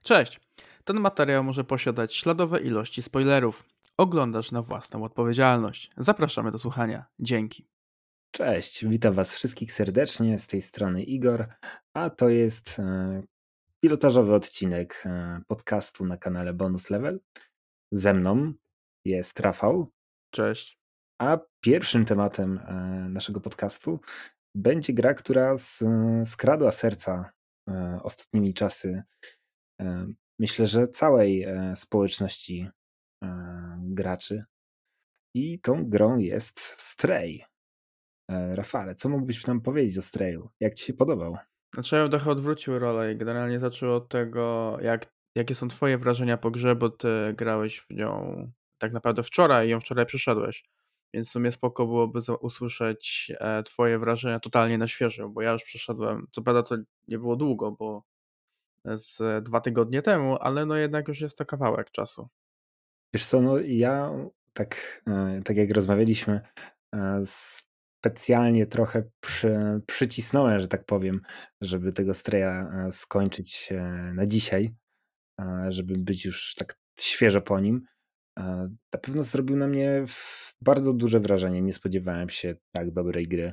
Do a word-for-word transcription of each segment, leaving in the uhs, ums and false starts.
Cześć! Ten materiał może posiadać śladowe ilości spoilerów. Oglądasz na własną odpowiedzialność. Zapraszamy do słuchania. Dzięki. Cześć, witam Was wszystkich serdecznie, z tej strony Igor, a to jest e, pilotażowy odcinek e, podcastu na kanale Bonus Level. Ze mną jest Rafał, Cześć. a pierwszym tematem e, naszego podcastu będzie gra, która s- skradła serca e, ostatnimi czasy. E, myślę, że całej e, społeczności e, graczy. I tą grą jest Stray. E, Rafale, co mógłbyś nam powiedzieć o Strayu? Jak ci się podobał? Znaczy ja bym trochę odwrócił rolę i generalnie zaczął od tego, jak, jakie są twoje wrażenia po grze, bo ty grałeś w nią tak naprawdę wczoraj i ją wczoraj przeszedłeś. Więc w sumie spoko byłoby za- usłyszeć e, twoje wrażenia totalnie na świeżo, bo ja już przeszedłem, co prawda to nie było długo, bo z e, dwa tygodnie temu, ale no jednak już jest to kawałek czasu. Wiesz co, no ja tak, e, tak jak rozmawialiśmy, e, specjalnie trochę przy, przycisnąłem, że tak powiem, żeby tego Straya e, skończyć e, na dzisiaj, e, żeby być już tak świeżo po nim. E, Na pewno zrobił na mnie w- bardzo duże wrażenie. Nie spodziewałem się tak dobrej gry.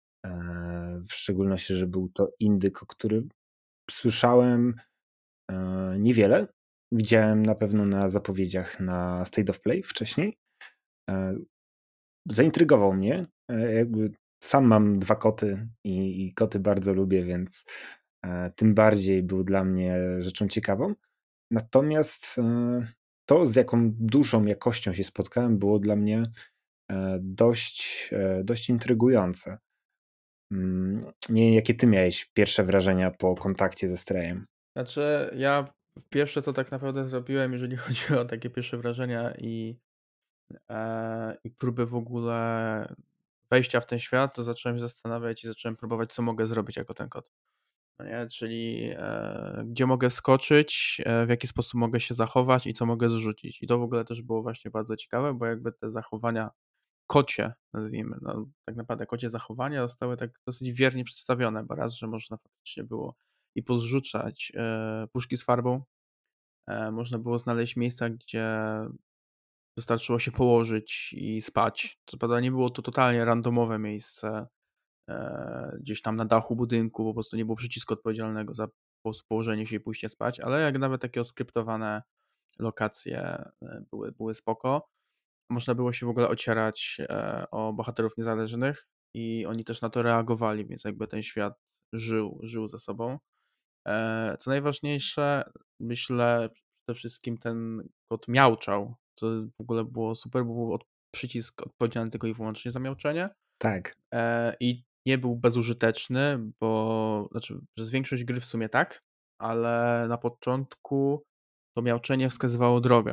E, W szczególności, że był to indyk, o którym słyszałem e, niewiele. Widziałem na pewno na zapowiedziach na State of Play wcześniej. E, Zaintrygował mnie. E, Jakby sam mam dwa koty i, i koty bardzo lubię, więc e, tym bardziej był dla mnie rzeczą ciekawą. Natomiast e, to, z jaką dużą jakością się spotkałem, było dla mnie e, dość, e, dość intrygujące. Mm, Nie wiem, jakie ty miałeś pierwsze wrażenia po kontakcie ze Strayem? Znaczy, ja pierwsze co tak naprawdę zrobiłem, jeżeli chodzi o takie pierwsze wrażenia i, e, i próby w ogóle wejścia w ten świat, to zacząłem się zastanawiać i zacząłem próbować, co mogę zrobić jako ten kot. No nie? Czyli e, gdzie mogę skoczyć, e, w jaki sposób mogę się zachować i co mogę zrzucić. I to w ogóle też było właśnie bardzo ciekawe, bo jakby te zachowania kocie, nazwijmy, no tak naprawdę kocie zachowania zostały tak dosyć wiernie przedstawione, bo raz, że można faktycznie było i pozrzucać e, puszki z farbą, e, można było znaleźć miejsca, gdzie wystarczyło się położyć i spać. Co prawda nie było to totalnie randomowe miejsce, e, gdzieś tam na dachu budynku, po prostu nie było przycisku odpowiedzialnego za po prostu położenie się i pójście spać, ale jak nawet takie oskryptowane lokacje e, były, były spoko. Można było się w ogóle ocierać e, o bohaterów niezależnych i oni też na to reagowali, więc jakby ten świat żył, żył ze sobą. E, Co najważniejsze, myślę przede wszystkim ten kot miauczał, co w ogóle było super, bo był od, przycisk odpowiedzialny tylko i wyłącznie za miauczenie Tak. e, i nie był bezużyteczny, bo znaczy przez większość gry w sumie tak, ale na początku to miauczenie wskazywało drogę,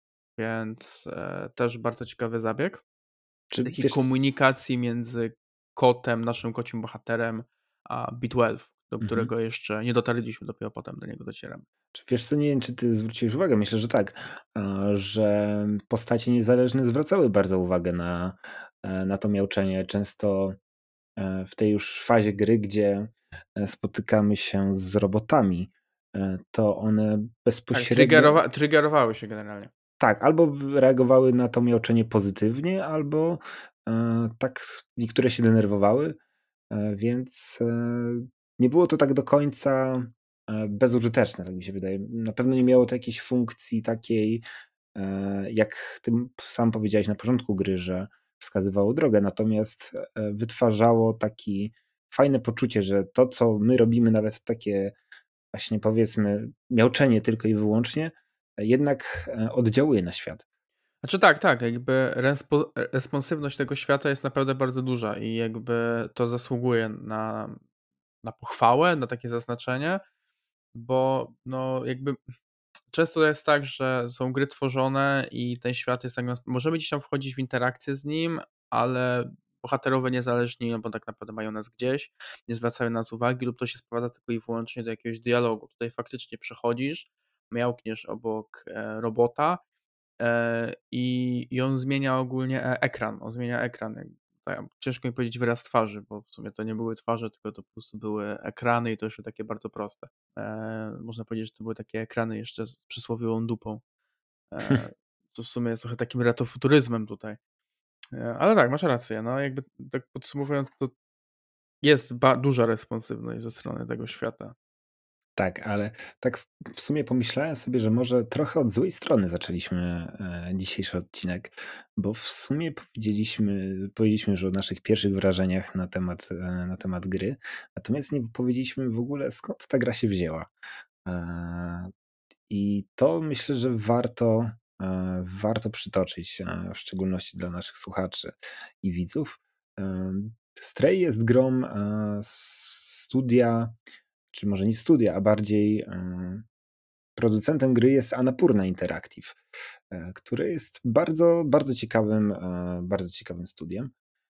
więc e, też bardzo ciekawy zabieg Czy takiej wiesz. komunikacji między kotem, naszym kocim bohaterem, a B dwanaście, do Mhm. którego jeszcze nie dotarliśmy, dopiero potem do niego docieramy. Czy wiesz co, nie wiem, czy ty zwróciłeś uwagę, myślę, że tak, e, że postacie niezależne zwracały bardzo uwagę na, e, na to miauczenie. Często e, w tej już fazie gry, gdzie e, spotykamy się z robotami, e, to one Tak, bezpośrednio, triggerowa- triggerowały się generalnie. tak, albo reagowały na to miauczenie pozytywnie, albo e, tak niektóre się denerwowały, e, więc e, nie było to tak do końca e, bezużyteczne, tak mi się wydaje. Na pewno nie miało to jakiejś funkcji takiej, e, jak ty sam powiedziałeś na początku gry, że wskazywało drogę, natomiast e, wytwarzało taki fajne poczucie, że to, co my robimy, nawet takie właśnie powiedzmy miauczenie tylko i wyłącznie, e, jednak e, oddziałuje na świat. Znaczy tak, tak, jakby respo- responsywność tego świata jest naprawdę bardzo duża i jakby to zasługuje na, na pochwałę, na takie zaznaczenie, bo no jakby często jest tak, że są gry tworzone i ten świat jest tak, możemy gdzieś tam wchodzić w interakcję z nim, ale bohaterowie niezależni, no bo tak naprawdę mają nas gdzieś, nie zwracają nas uwagi lub to się sprowadza tylko i wyłącznie do jakiegoś dialogu. Tutaj faktycznie przechodzisz, miałkniesz obok e, robota e, i, i on zmienia ogólnie e, ekran, on zmienia ekran. tak, ciężko mi powiedzieć wyraz twarzy, bo w sumie to nie były twarze, tylko to po prostu były ekrany i to jeszcze takie bardzo proste. E, można powiedzieć, że to były takie ekrany jeszcze z przysłowiową dupą. E, to w sumie jest trochę takim retrofuturyzmem tutaj. E, ale tak, masz rację. No jakby tak podsumowując, to jest ba- duża responsywność ze strony tego świata. Tak, ale tak w w sumie pomyślałem sobie, że może trochę od złej strony zaczęliśmy e, dzisiejszy odcinek, bo w sumie powiedzieliśmy, powiedzieliśmy już o naszych pierwszych wrażeniach na temat, e, na temat gry, natomiast nie powiedzieliśmy w ogóle skąd ta gra się wzięła. E, I to myślę, że warto, e, warto przytoczyć, e, w szczególności dla naszych słuchaczy i widzów. E, Stray jest grom e, studia, czy może nie studia, a bardziej e, producentem gry jest Annapurna Interactive, e, które jest bardzo, bardzo ciekawym, e, bardzo ciekawym studiem.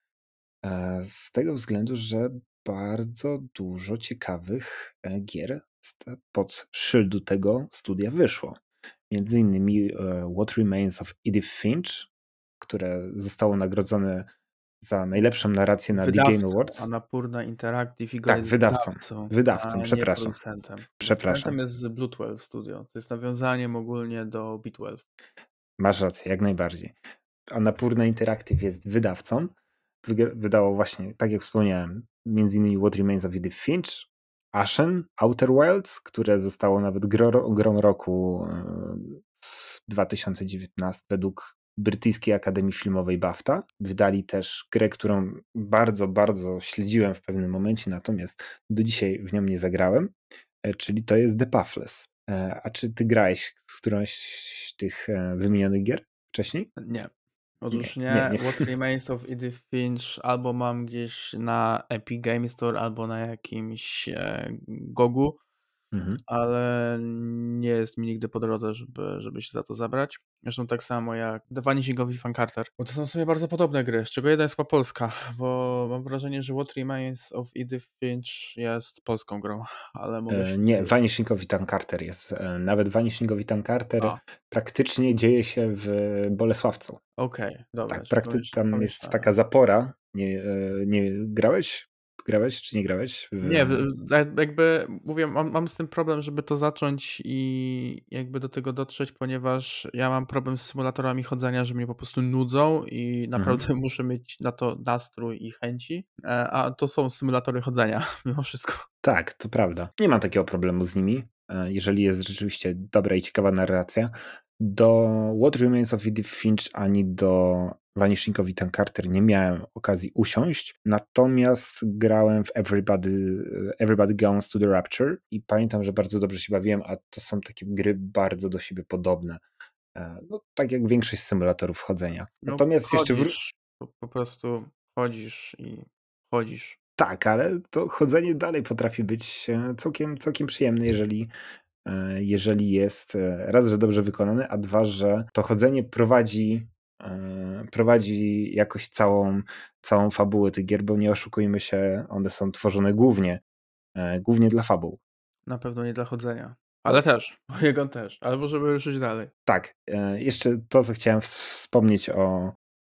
E, Z tego względu, że bardzo dużo ciekawych e, gier st- pod szyldu tego studia wyszło. Między innymi e, What Remains of Edith Finch, które zostało nagrodzone za najlepszą narrację na The Game Wydawcą, Awards. Annapurna Interactive i Go Tak, jest wydawcą. wydawcą, Wydawcą, a nie przepraszam. producentem. Przepraszam. Producentem jest z Blue twelve Studio. To jest nawiązaniem ogólnie do B dwanaście. Masz rację, jak najbardziej. Annapurna Interactive jest wydawcą. Wygra- Wydało właśnie, tak jak wspomniałem, między innymi What Remains of Edith Finch, Ashen, Outer Wilds, które zostało nawet gro, grą roku e, w dwa tysiące dziewiętnastym według Brytyjskiej Akademii Filmowej BAFTA. Wydali też grę, którą bardzo, bardzo śledziłem w pewnym momencie, natomiast do dzisiaj w nią nie zagrałem, e, czyli to jest The Pathless. E, A czy ty grałeś z którąś z tych e, wymienionych gier wcześniej? Nie. Nie, Otóż nie, nie. nie. What Remains of Edith Finch albo mam gdzieś na Epic Game Store, albo na jakimś e, Gogu, Mhm. ale nie jest mi nigdy po drodze, żeby, żeby się za to zabrać. Zresztą tak samo jak The Vanishing of Ethan Carter, bo to są sobie bardzo podobne gry, z czego jedna jest chyba polska, bo mam wrażenie, że What Remains of Edith Finch jest polską grą, ale mogę E, się Nie, mylić. Vanishing of Ethan Carter jest. e, Nawet Vanishing of Ethan Carter A, praktycznie dzieje się w Bolesławcu. okej, dobra, Tak, czyli prakty pomyśl, tam jest pomyślałem. taka zapora. Nie, e, nie grałeś? Grałeś czy nie grałeś? W... Nie, w- jak- jakby mówię, mam, mam z tym problem, żeby to zacząć i jakby do tego dotrzeć, ponieważ ja mam problem z symulatorami chodzenia, że mnie po prostu nudzą i Mhm. naprawdę muszę mieć na to nastrój i chęci, e, a to są symulatory chodzenia mimo wszystko. Tak, to prawda. Nie mam takiego problemu z nimi, e, jeżeli jest rzeczywiście dobra i ciekawa narracja. Do What Remains of Edith Finch ani do Vanishing of Ethan Carter nie miałem okazji usiąść, natomiast grałem w Everybody, Everybody Goes to the Rapture i pamiętam, że bardzo dobrze się bawiłem, a to są takie gry bardzo do siebie podobne. E, No, tak jak większość symulatorów chodzenia. No Natomiast jeszcze wró- chodzisz, po, po prostu chodzisz i chodzisz. tak, ale to chodzenie dalej potrafi być e, całkiem, całkiem przyjemne, jeżeli, e, jeżeli jest e, raz, że dobrze wykonane, a dwa, że to chodzenie prowadzi, e, prowadzi jakoś całą, całą fabułę tych gier, bo nie oszukujmy się, one są tworzone głównie, e, głównie dla fabuł. Na pewno nie dla chodzenia. No Ale też, jego też, ale możemy ruszyć dalej. tak, e, jeszcze to, co chciałem ws- wspomnieć o,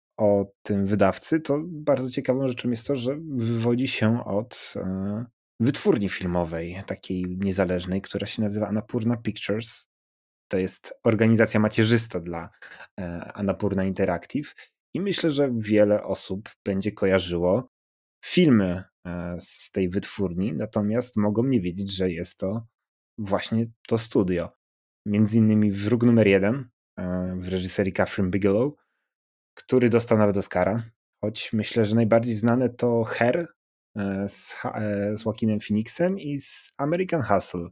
o tym wydawcy, to bardzo ciekawą rzeczą jest to, że wywodzi się od e, wytwórni filmowej, takiej niezależnej, która się nazywa Annapurna Pictures. To jest organizacja macierzysta dla e, Annapurna Interactive i myślę, że wiele osób będzie kojarzyło filmy e, z tej wytwórni, natomiast mogą nie wiedzieć, że jest to właśnie to studio. Między innymi Wróg numer jeden e, w reżyserii Catherine Bigelow, który dostał nawet Oscara, choć myślę, że najbardziej znane to Her e, z, Ha- e, z Joaquinem Phoenixem i z American Hustle.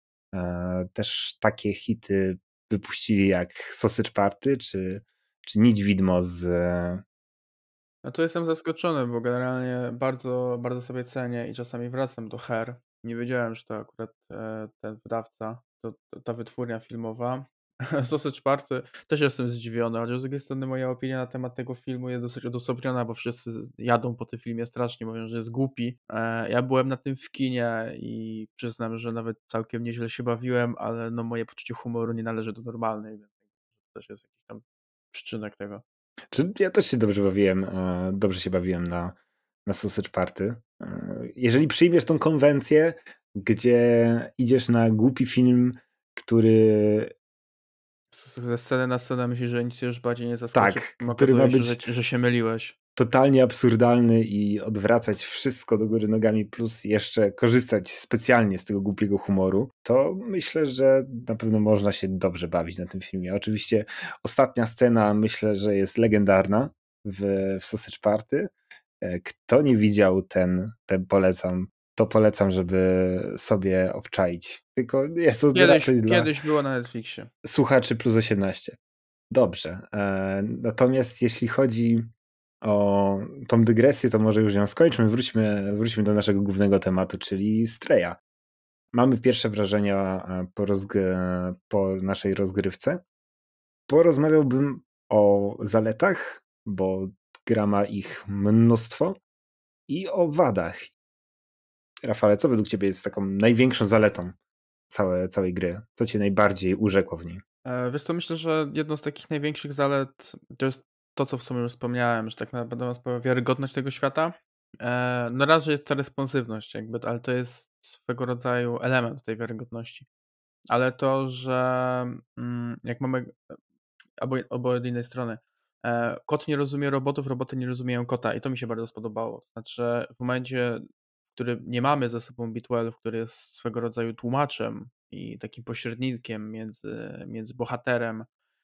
E, Też takie hity wypuścili jak Sausage Party czy, czy Nić Widmo z... e, No to jestem zaskoczony, bo generalnie bardzo, bardzo sobie cenię i czasami wracam do Her. Nie wiedziałem, że to akurat e, ten wydawca, to, to ta wytwórnia filmowa. Sausage Party też jestem zdziwiony, chociaż z drugiej strony moja opinia na temat tego filmu jest dosyć odosobniona, bo wszyscy jadą po tym filmie strasznie, mówią, że jest głupi. E, ja byłem na tym w kinie i przyznam, że nawet całkiem nieźle się bawiłem, ale no moje poczucie humoru nie należy do normalnej, więc to też jest jakiś tam przyczynek tego. Czy ja też się dobrze bawiłem, e, dobrze się bawiłem na, na Sausage Party. E, Jeżeli przyjmiesz tą konwencję, gdzie idziesz na głupi film, który Z- Ze sceny na scenę myślisz, że nic cię już bardziej nie zaskoczy. tak, Potem który ma okazuje się, że, być ci- że się myliłeś. totalnie absurdalny i odwracać wszystko do góry nogami, plus jeszcze korzystać specjalnie z tego głupiego humoru, to myślę, że na pewno można się dobrze bawić na tym filmie. Oczywiście ostatnia scena myślę, że jest legendarna w, w Sausage Party. E, Kto nie widział ten, ten polecam, to polecam, żeby sobie obczaić. Tylko jest to Kiedyś, raczej dla kiedyś było na Netflixie. słuchaczy plus osiemnaście. Dobrze. E, Natomiast jeśli chodzi o tą dygresję, to może już ją skończmy. Wróćmy, wróćmy do naszego głównego tematu, czyli Streja. Mamy pierwsze wrażenia e, po, rozg- po naszej rozgrywce. Porozmawiałbym o zaletach, bo gra ma ich mnóstwo, i o wadach. Rafale, co według ciebie jest taką największą zaletą całe, całej gry? Co cię najbardziej urzekło w niej? E, Wiesz co, myślę, że jedną z takich największych zalet to jest to, co w sumie już wspomniałem, że tak naprawdę sprawia wiarygodność tego świata. E, No raz, że jest ta responsywność, jakby, ale to jest swego rodzaju element tej wiarygodności. Ale to, że mm, jak mamy albo, albo od innej strony, e, kot nie rozumie robotów, roboty nie rozumieją kota i to mi się bardzo spodobało. To znaczy w momencie, w którym nie mamy ze sobą B dwanaście, który jest swego rodzaju tłumaczem i takim pośrednikiem między, między bohaterem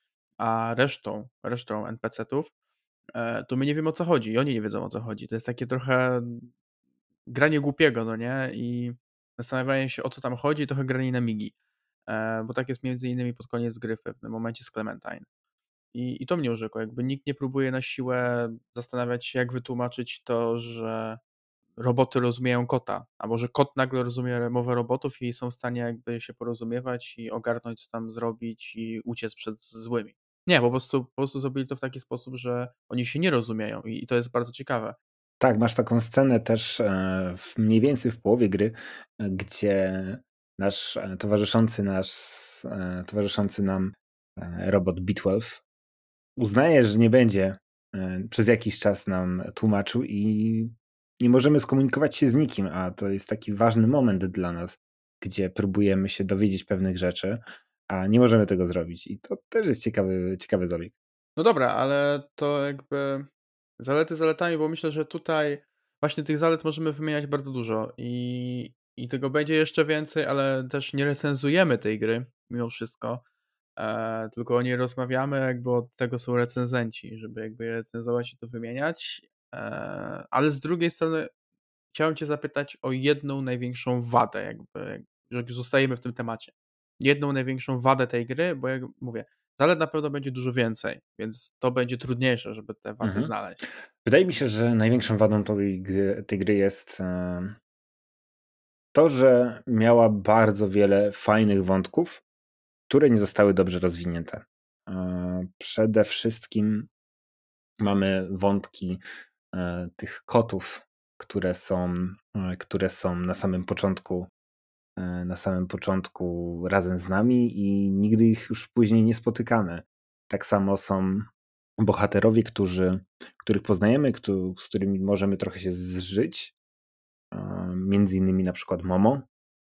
a resztą, resztą N P C-ów, e, to my nie wiemy o co chodzi i oni nie wiedzą o co chodzi. To jest takie trochę granie głupiego, no nie? I zastanawianie się o co tam chodzi, trochę granie na migi. E, Bo tak jest między innymi pod koniec gry w pewnym momencie z Clementine. I, I to mnie urzekło, jakby nikt nie próbuje na siłę zastanawiać się, jak wytłumaczyć to, że roboty rozumieją kota, albo że kot nagle rozumie mowę robotów i są w stanie jakby się porozumiewać i ogarnąć, co tam zrobić i uciec przed złymi. Nie, po prostu, po prostu zrobili to w taki sposób, że oni się nie rozumieją i, i to jest bardzo ciekawe. Tak, masz taką scenę też e, w, mniej więcej w połowie gry, e, gdzie nasz e, towarzyszący, nasz, e, towarzyszący nam e, robot B dwanaście uznaje, że nie będzie e, przez jakiś czas nam tłumaczył i nie możemy skomunikować się z nikim, a to jest taki ważny moment dla nas, gdzie próbujemy się dowiedzieć pewnych rzeczy, a nie możemy tego zrobić. I to też jest ciekawy, ciekawy zabieg. No dobra, ale to jakby zalety zaletami, bo myślę, że tutaj właśnie tych zalet możemy wymieniać bardzo dużo i, i tego będzie jeszcze więcej, ale też nie recenzujemy tej gry mimo wszystko, e, tylko o niej rozmawiamy, jakby od tego są recenzenci, żeby jakby je recenzować i to wymieniać, e, ale z drugiej strony chciałem cię zapytać o jedną największą wadę, jakby, że już zostajemy w tym temacie. Jedną największą wadę tej gry, bo jak mówię, zalet na pewno będzie dużo więcej, więc to będzie trudniejsze, żeby te wady Mhm. znaleźć. Wydaje mi się, że największą wadą tej gry, tej gry jest e, to, że miała bardzo wiele fajnych wątków, które nie zostały dobrze rozwinięte. E, Przede wszystkim mamy wątki e, tych kotów, które są, e, które są na samym początku, e, na samym początku razem z nami i nigdy ich już później nie spotykamy. Tak samo są bohaterowie, którzy, których poznajemy, któ- z którymi możemy trochę się zżyć. E, Między innymi na przykład Momo,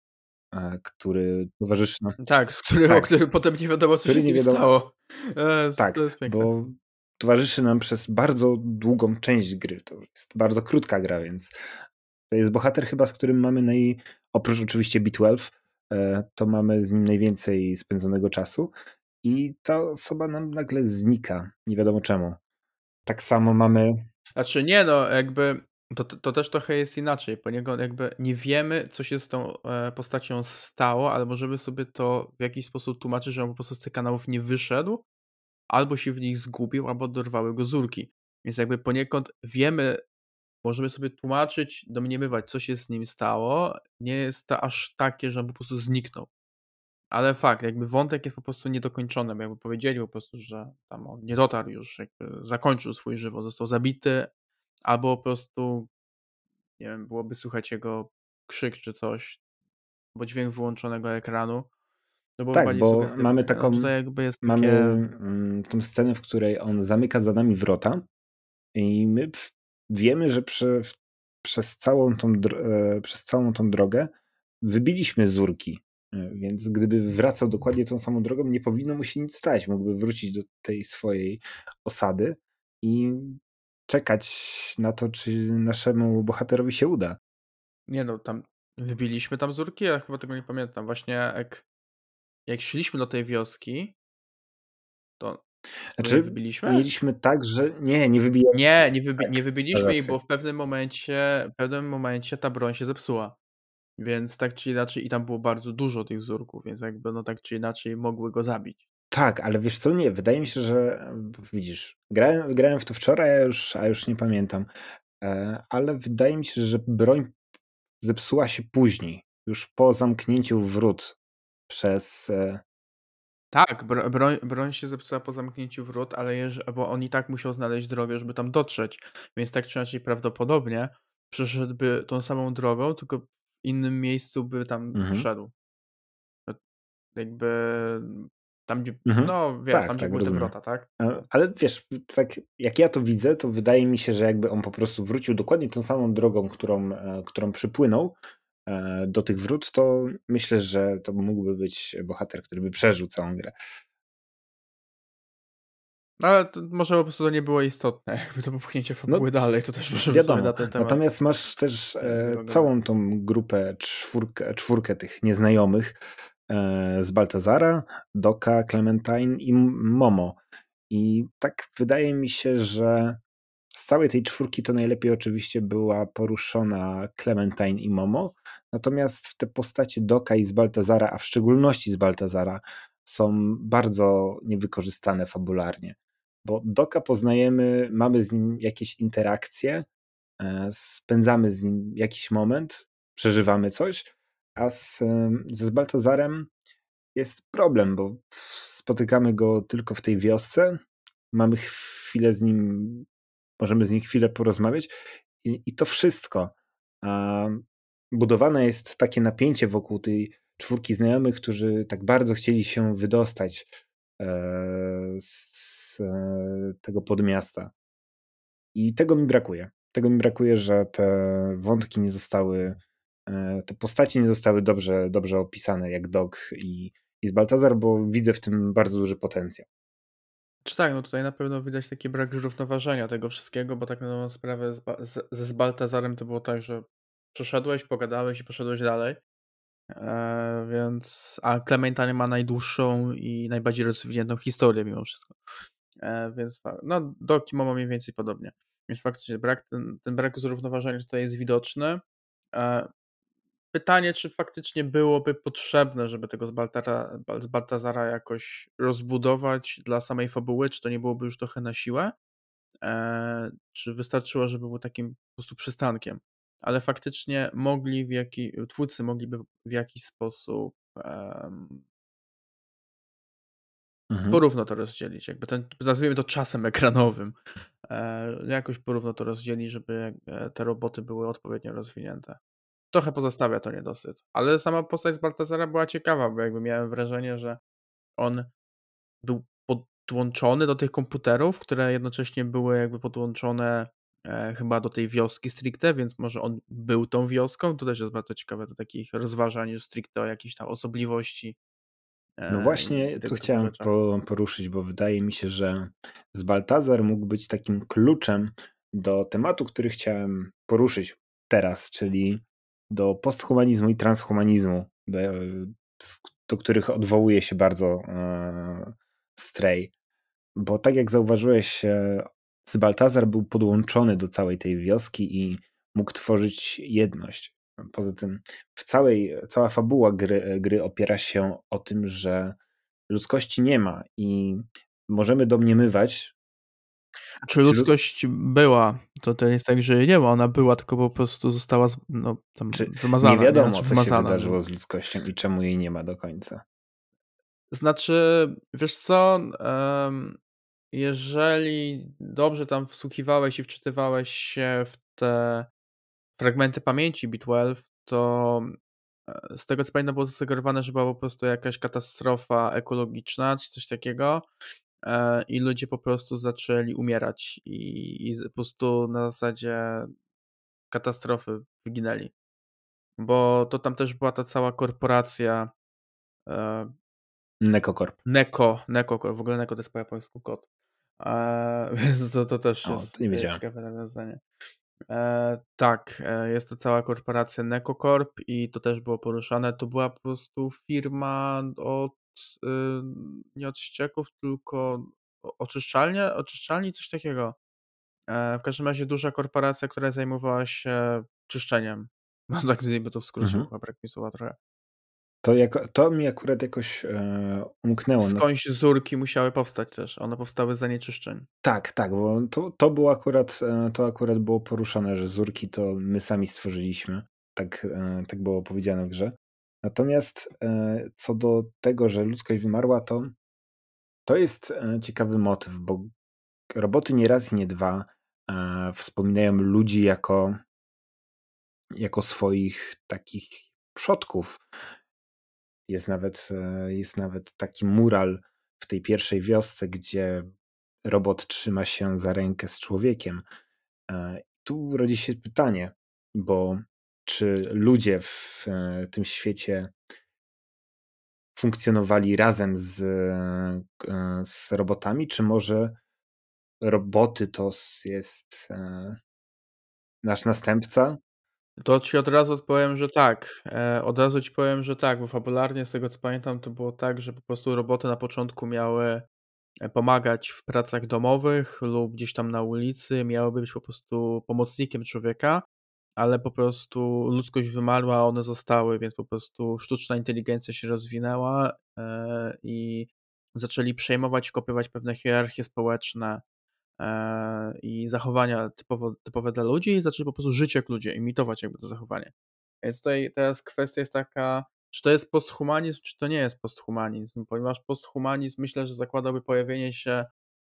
e, który towarzyszy nam. Tak, z którym, o Tak, którym potem nie wiadomo, co się który z nie nim wiadomo. stało. E, s- To Tak, jest piękne. bo towarzyszy nam przez bardzo długą część gry. To jest bardzo krótka gra, więc to jest bohater chyba, z którym mamy naj... oprócz oczywiście B dwanaście, e, to mamy z nim najwięcej spędzonego czasu i ta osoba nam nagle znika. Nie wiadomo czemu. Tak samo mamy. Znaczy nie no, jakby to, to to też trochę jest inaczej, ponieważ jakby nie wiemy, co się z tą e, postacią stało, ale możemy sobie to w jakiś sposób tłumaczyć, że on po prostu z tych kanałów nie wyszedł, albo się w nich zgubił, albo dorwały go zurki. Więc jakby poniekąd wiemy, możemy sobie tłumaczyć, domniemywać, co się z nim stało. Nie jest to aż takie, że on po prostu zniknął. Ale fakt, jakby wątek jest po prostu niedokończony, bo jakby powiedzieli po prostu, że tam on nie dotarł już, jakby zakończył swój żywot, został zabity, albo po prostu, nie wiem, byłoby słychać jego krzyk czy coś, bo dźwięk wyłączonego ekranu. To było Tak, bardziej bo sugestywne, mamy nie? No taką tutaj jakby jest mamy, takie mm, tą scenę, w której on zamyka za nami wrota i my w wiemy, że prze w przez całą tą dr e, przez całą tą drogę wybiliśmy Zurki, e, więc gdyby wracał dokładnie tą samą drogą, nie powinno mu się nic stać. Mógłby wrócić do tej swojej osady i czekać na to, czy naszemu bohaterowi się uda. Nie no, tam wybiliśmy tam Zurki? Ja chyba tego nie pamiętam. Właśnie jak jak szliśmy do tej wioski to to je Znaczy, wybiliśmy? mieliśmy tak, że nie, nie wybijaliśmy. Nie, nie wybi nie Tak, masz wybiliśmy ich, rację. bo w pewnym momencie w pewnym momencie ta broń się zepsuła. Więc tak czy inaczej i tam było bardzo dużo tych Zurków, więc jakby no tak czy inaczej mogły go zabić. Tak, ale wiesz co, nie, wydaje mi się, że b widzisz, grałem grałem w to wczoraj, a już a już nie pamiętam, e, ale wydaje mi się, że broń zepsuła się później, już po zamknięciu wrót przez, e Tak, bro broń broń się zepsuła po zamknięciu wrót, ale jeż bo on i tak musiał znaleźć drogę, żeby tam dotrzeć, więc tak czy inaczej prawdopodobnie przeszedłby tą samą drogą, tylko w innym miejscu by tam mhm, wszedł. E jakby tam, gdzie mhm. no wiesz, tam Tak, gdzie tak, były te rozumiem. wrota, tak? E, ale wiesz, tak jak ja to widzę, to wydaje mi się, że jakby on po prostu wrócił dokładnie tą samą drogą, którą, e, którą przypłynął, e, do tych wrót, to myślę, że to mógłby być bohater, który by przeżył całą grę. No ale to może po prostu to nie było istotne, jakby to popchnięcie No fabuły dalej, to też możemy sobie wiadomo, na ten temat, natomiast masz też, e, e, dywagować. całą tą grupę, czwórkę czwórkę tych nieznajomych, e, z Baltazara, Doka, Clementine i M Momo. I tak wydaje mi się, że z całej tej czwórki to najlepiej oczywiście była poruszona Clementine i Momo, natomiast te postacie Doka i z Baltazara, a w szczególności z Baltazara, są bardzo niewykorzystane fabularnie, bo Doka poznajemy, mamy z nim jakieś interakcje, e, spędzamy z nim jakiś moment, przeżywamy coś, a z, em, ze Baltazarem jest problem, bo spotykamy go tylko w tej wiosce, mamy chwilę z nim, możemy z nim chwilę porozmawiać i, i to wszystko. A budowane jest takie napięcie wokół tej czwórki znajomych, którzy tak bardzo chcieli się wydostać e, z, z e, tego podmiasta. I tego mi brakuje. Tego mi brakuje, że te wątki nie zostały, e, te postacie nie zostały dobrze, dobrze opisane, jak Dog i, i z Baltazar, bo widzę w tym bardzo duży potencjał. Czy tak, no tutaj na pewno widać taki brak zrównoważenia tego wszystkiego, bo tak na dobrą sprawę z, Ba- z, ze z Baltazarem to było tak, że przeszedłeś, pogadałeś i poszedłeś dalej, e, więc a Clementine ma najdłuższą i najbardziej rozwiniętą historię mimo wszystko, e, więc fa- no do Kimomo mniej więcej podobnie, więc faktycznie brak, ten, ten brak zrównoważenia tutaj jest widoczny. E, Pytanie, czy faktycznie byłoby potrzebne, żeby tego z Baltara z Baltazara jakoś rozbudować dla samej fabuły, czy to nie byłoby już trochę na siłę? Eee, czy wystarczyło, żeby był takim po prostu przystankiem? Ale faktycznie mogli w jaki twórcy mogliby w jakiś sposób, em, Mhm. porówno to rozdzielić, jakby ten nazwijmy to czasem ekranowym, eee, jakoś porówno to rozdzielić, żeby, e, te roboty były odpowiednio rozwinięte. Trochę pozostawia to niedosyt. Ale sama postać z Baltazara była ciekawa, bo jakby miałem wrażenie, że on był podłączony do tych komputerów, które jednocześnie były jakby podłączone e, chyba do tej wioski stricte, więc może on był tą wioską. To też jest bardzo ciekawe do takich rozważań już stricte o jakiejś tam osobliwości No e, i, i właśnie to tego typu chciałem rzeczach. po poruszyć, bo wydaje mi się, że z Baltazar mógł być takim kluczem do tematu, który chciałem poruszyć teraz, czyli do posthumanizmu i transhumanizmu, do, w- do których odwołuje się bardzo e, Stray. Bo tak jak zauważyłeś, e, z Baltazar był podłączony do całej tej wioski i mógł tworzyć jedność. Poza tym w całej, cała fabuła gry, gry opiera się o tym, że ludzkości nie ma i możemy domniemywać, Czy czy, lu- ludzkość była? To to jest tak, że jej nie ma, ona była, tylko po prostu została z- no, tam czy nie wymazana, nie? wiadomo, Znaczy co się wymazana. No. wydarzyło z ludzkością i czemu jej nie ma do końca. Znaczy, wiesz co, em, jeżeli dobrze tam wsłuchiwałeś i wczytywałeś się w te fragmenty pamięci B dwanaście, to e, z tego co pamiętam było zasugerowane, że była po prostu jakaś katastrofa ekologiczna czy coś takiego, e, i ludzie po prostu zaczęli umierać i, i z- po prostu na zasadzie katastrofy wyginęli. Bo to tam też była ta cała korporacja e, Nekokorp. Neko, Neko, w ogóle Neko to jest po japońsku kot. E, więc to, to też O, jest to nie e, wiedziałem. ciekawe nawiązanie. E, tak, e, jest to cała korporacja Nekocorp i to też było poruszane. To była po prostu firma od, y, nie od ścieków, tylko o- oczyszczalnia, oczyszczalni, coś takiego. E, w każdym razie duża korporacja, która zajmowała się czyszczeniem. No tak zjemy to w skrócie, bo Mhm. chyba brak mi słowa trochę. To, jako, to mi akurat jakoś e, umknęło. No, Skądś zurki musiały powstać też. One powstały z zanieczyszczeń. tak, tak, bo to, to było akurat, e, to akurat było poruszane, że Zurki to my sami stworzyliśmy. Tak, e, tak było powiedziane w grze. Natomiast e, co do tego, że ludzkość wymarła, to to jest e, ciekawy motyw, bo roboty nie raz i nie dwa e, wspominają ludzi jako, jako swoich takich przodków. Jest nawet, e, jest nawet taki mural w tej pierwszej wiosce, gdzie robot trzyma się za rękę z człowiekiem. E, Tu rodzi się pytanie, bo czy ludzie w e, tym świecie funkcjonowali razem z, e, z robotami, czy może roboty to s- jest e, nasz następca? To ci od razu odpowiem, że tak. E, od razu ci powiem, że tak, bo fabularnie z tego co pamiętam, to było tak, że po prostu roboty na początku miały e, pomagać w pracach domowych lub gdzieś tam na ulicy, miały być po prostu pomocnikiem człowieka, ale po prostu ludzkość wymarła, a one zostały, więc po prostu sztuczna inteligencja się rozwinęła e, i zaczęli przejmować i kopiować pewne hierarchie społeczne e, i zachowania typowo, typowe dla ludzi i zaczęli po prostu żyć jak ludzie, imitować jakby to zachowanie. Więc tutaj teraz kwestia jest taka, czy to jest posthumanizm, czy to nie jest posthumanizm, ponieważ posthumanizm myślę, że zakładałby pojawienie się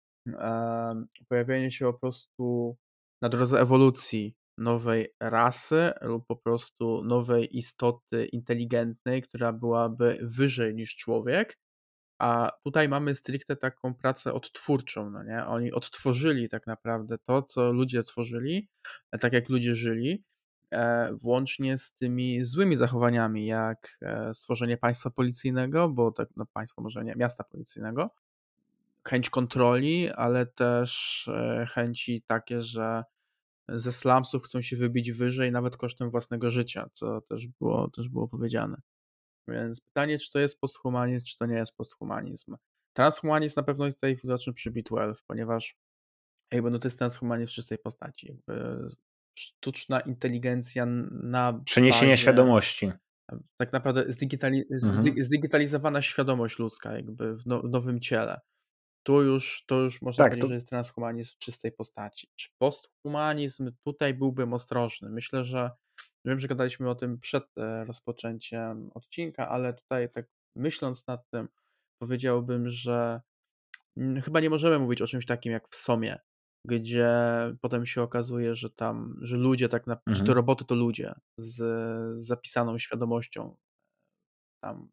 em, pojawienie się po prostu na drodze ewolucji nowej rasy lub po prostu nowej istoty inteligentnej, która byłaby wyżej niż człowiek, a tutaj mamy stricte taką pracę odtwórczą, no nie? Oni odtworzyli tak naprawdę to, co ludzie tworzyli, e, tak jak ludzie żyli, e, włącznie z tymi złymi zachowaniami, jak e, stworzenie państwa policyjnego, bo tak, no państwo może nie, miasta policyjnego, chęć kontroli, ale też e, chęci takie, że ze slumsów chcą się wybić wyżej, nawet kosztem własnego życia, co też było, też było powiedziane. Więc pytanie, czy to jest posthumanizm, czy to nie jest posthumanizm. Transhumanizm na pewno jest tutaj widoczny przy B dwanaście, ponieważ jakby no to jest transhumanizm w czystej postaci. Jakby sztuczna inteligencja na Przeniesienie bazie świadomości. tak naprawdę zdigitali, Mhm. zdigitalizowana świadomość ludzka jakby w, no, w nowym ciele. Tu już, to już można Tak, powiedzieć, to że jest transhumanizm w czystej postaci. Czy posthumanizm? Tutaj byłbym ostrożny. Myślę, że wiem, że gadaliśmy o tym przed e, rozpoczęciem odcinka, ale tutaj tak myśląc nad tym, powiedziałbym, że mm, chyba nie możemy mówić o czymś takim jak w Somie, gdzie potem się okazuje, że tam, że ludzie tak na, że te mhm. roboty to ludzie z, z zapisaną świadomością tam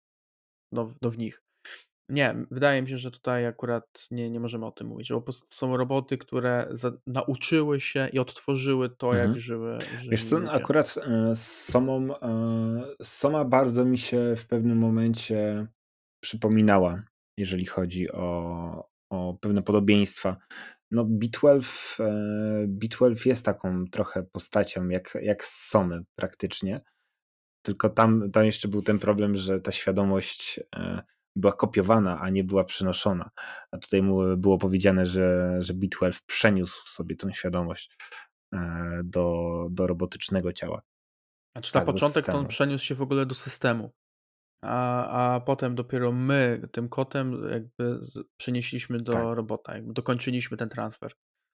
no, no w nich. Nie, wydaje mi się, że tutaj akurat nie, nie możemy o tym mówić, bo po prostu są roboty, które za, nauczyły się i odtworzyły to, jak Mhm. żyły, Wiesz żyli co, no ludzie. akurat e, z Somą, e, Soma bardzo mi się w pewnym momencie przypominała, jeżeli chodzi o, o pewne podobieństwa. No B dwanaście, e, B dwanaście jest taką trochę postacią jak, jak z Somy praktycznie, tylko tam, tam jeszcze był ten problem, że ta świadomość e, była kopiowana, a nie była przenoszona. A tutaj mu było powiedziane, że, że B dwanaście przeniósł sobie tą świadomość e, do, do robotycznego ciała. Znaczy na Tak, do początek to on systemu. przeniósł się w ogóle do systemu, a, a potem dopiero my tym kotem jakby z- przenieśliśmy Tak. do robota, jakby dokończyliśmy ten transfer.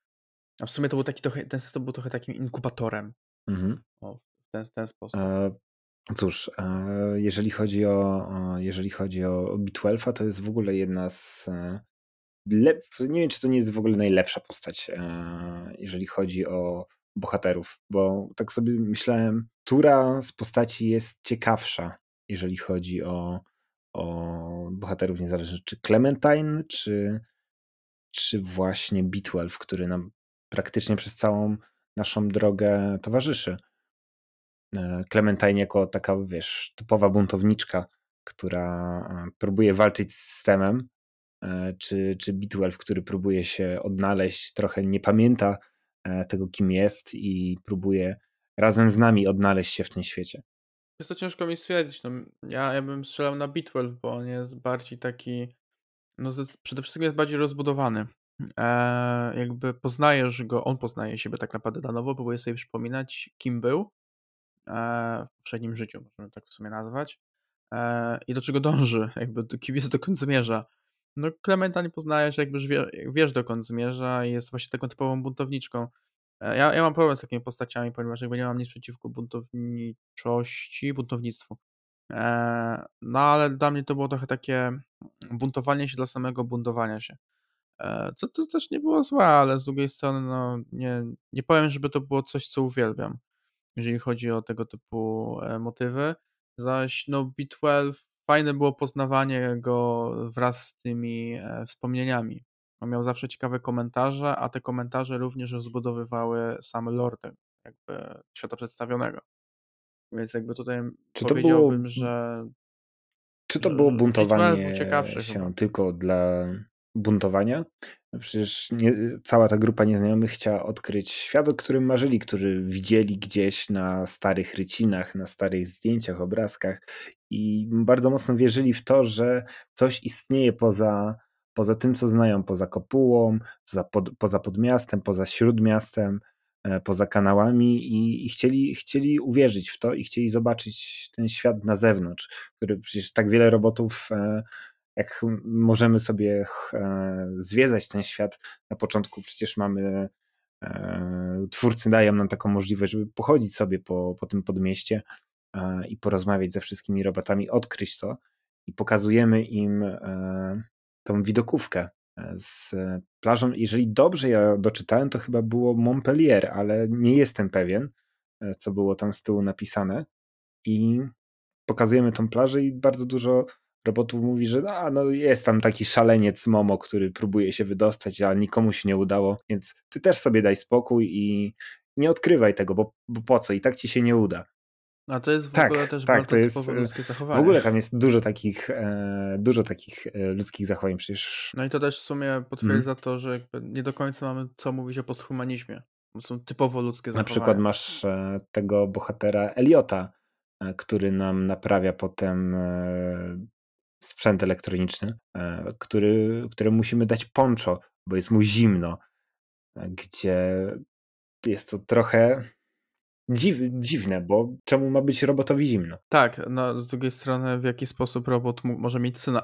A w sumie to był taki trochę, ten system był trochę takim inkubatorem, Mhm. o, w ten, w ten sposób. E, cóż, e, jeżeli chodzi o, o jeżeli chodzi o B dwanaście, to jest w ogóle jedna z e, lep, nie wiem, czy to nie jest w ogóle najlepsza postać, e, jeżeli chodzi o bohaterów, bo tak sobie myślałem, która z postaci jest ciekawsza, jeżeli chodzi o, o bohaterów niezależnych, czy Clementine, czy, czy właśnie Bitwelf, który nam praktycznie przez całą naszą drogę towarzyszy. Clementine jako taka, wiesz, typowa buntowniczka, która próbuje walczyć z systemem, czy, czy Bitwelf, który próbuje się odnaleźć, trochę nie pamięta tego, kim jest i próbuje razem z nami odnaleźć się w tym świecie. Jest to ciężko mi stwierdzić. No, ja, ja bym strzelał na Bitwelf, bo on jest bardziej taki, no zde- przede wszystkim jest bardziej rozbudowany. E, jakby poznajesz go, on poznaje siebie tak naprawdę na nowo, próbuje sobie przypominać, kim był e, w poprzednim życiu, możemy tak w sumie nazwać, e, i do czego dąży, jakby do- kim jest, dokąd zmierza. No Clementa nie poznajesz, jakby już wie, wiesz dokąd zmierza i jest właśnie taką typową buntowniczką. E, Ja, ja mam problem z takimi postaciami, ponieważ jakby nie mam nic przeciwko buntowniczości, buntownictwu. E, No ale dla mnie to było trochę takie buntowanie się dla samego buntowania się. E, Co to też nie było złe, ale z drugiej strony no, nie, nie powiem, żeby to było coś, co uwielbiam, jeżeli chodzi o tego typu e, motywy. Zaś no B dwanaście fajne było poznawanie go wraz z tymi e, wspomnieniami. On miał zawsze ciekawe komentarze, a te komentarze również rozbudowywały sam lore tego, jakby świata przedstawionego. Więc jakby tutaj Czy to było, powiedziałbym, że, czy to że, było że B dwanaście był buntowanie ciekawszy chyba. się tylko dla buntowania? Przecież nie, cała ta grupa nieznajomych chciała odkryć świat, o którym marzyli, który widzieli gdzieś na starych rycinach, na starych zdjęciach, obrazkach i bardzo mocno wierzyli w to, że coś istnieje poza, poza tym, co znają, poza kopułą, poza, pod, poza podmiastem, poza śródmiastem, e, poza kanałami i, i chcieli, chcieli uwierzyć w to i chcieli zobaczyć ten świat na zewnątrz, który przecież tak wiele robotów e, jak możemy sobie e, zwiedzać ten świat, na początku przecież mamy, e, twórcy dają nam taką możliwość, żeby pochodzić sobie po, po tym podmieście e, i porozmawiać ze wszystkimi robotami, odkryć to i pokazujemy im e, tą widokówkę z plażą. Jeżeli dobrze ja doczytałem, to chyba było Montpellier, ale nie jestem pewien, e, co było tam z tyłu napisane i pokazujemy tą plażę i bardzo dużo robotów mówi, że a, no jest tam taki szaleniec Momo, który próbuje się wydostać, a nikomu się nie udało, więc ty też sobie daj spokój i nie odkrywaj tego, bo, bo po co? I tak ci się nie uda. A to jest w ogóle Tak, też tak, to bardzo jest, typowe e, ludzkie w zachowanie. ogóle tam jest dużo takich, e, dużo takich e, ludzkich zachowań przecież. No i to też w sumie Mhm. potwierdza to, że jakby nie do końca mamy co mówić o posthumanizmie. To są typowo ludzkie Na przykład zachowania. masz e, tego bohatera Eliota, e, który nam naprawia potem e, sprzęt elektroniczny, e, który, któremu musimy dać poncho, bo jest mu zimno, e, gdzie jest to trochę dziw, dziwne, bo czemu ma być robotowi zimno? Tak, no z drugiej strony w jaki sposób robot mógł, może mieć syna.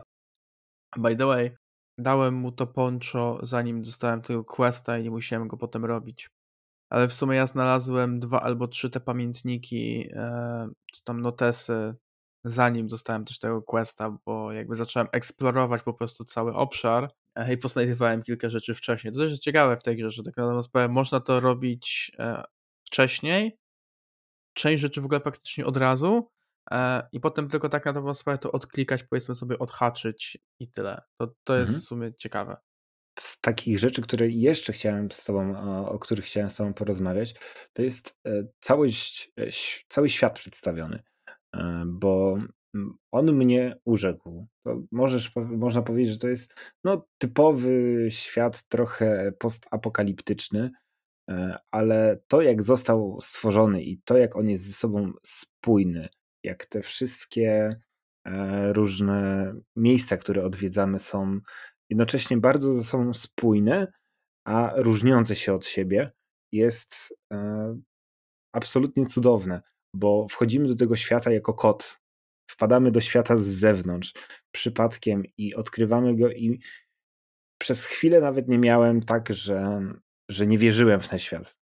By the way, dałem mu to poncho zanim dostałem tego questa i nie musiałem go potem robić. Ale w sumie ja znalazłem dwa albo trzy te pamiętniki, e, czy tam notesy, zanim dostałem też tego questa, bo jakby zacząłem eksplorować po prostu cały obszar e, i poznajdywałem kilka rzeczy wcześniej. To też jest ciekawe w tej grze, że tak na dobrą sprawę można to robić e, wcześniej, część rzeczy w ogóle praktycznie od razu e, i potem tylko tak na dobrą sprawę to odklikać, powiedzmy sobie odhaczyć i tyle. To, to jest w Mhm. sumie ciekawe. Z takich rzeczy, które jeszcze chciałem z tobą, o, o których chciałem z tobą porozmawiać, to jest e, całość, e, ś- cały świat przedstawiony, e, bo mm, on mnie urzekł. To możesz, pow- można powiedzieć, że to jest no, typowy świat, trochę postapokaliptyczny, e, ale to, jak został stworzony i to, jak on jest ze sobą spójny, jak te wszystkie e, różne miejsca, które odwiedzamy, są jednocześnie bardzo ze sobą spójne, a różniące się od siebie, jest e, absolutnie cudowne, bo wchodzimy do tego świata jako kot. Wpadamy do świata z zewnątrz przypadkiem i odkrywamy go i przez chwilę nawet nie miałem tak, że, że nie wierzyłem w ten świat.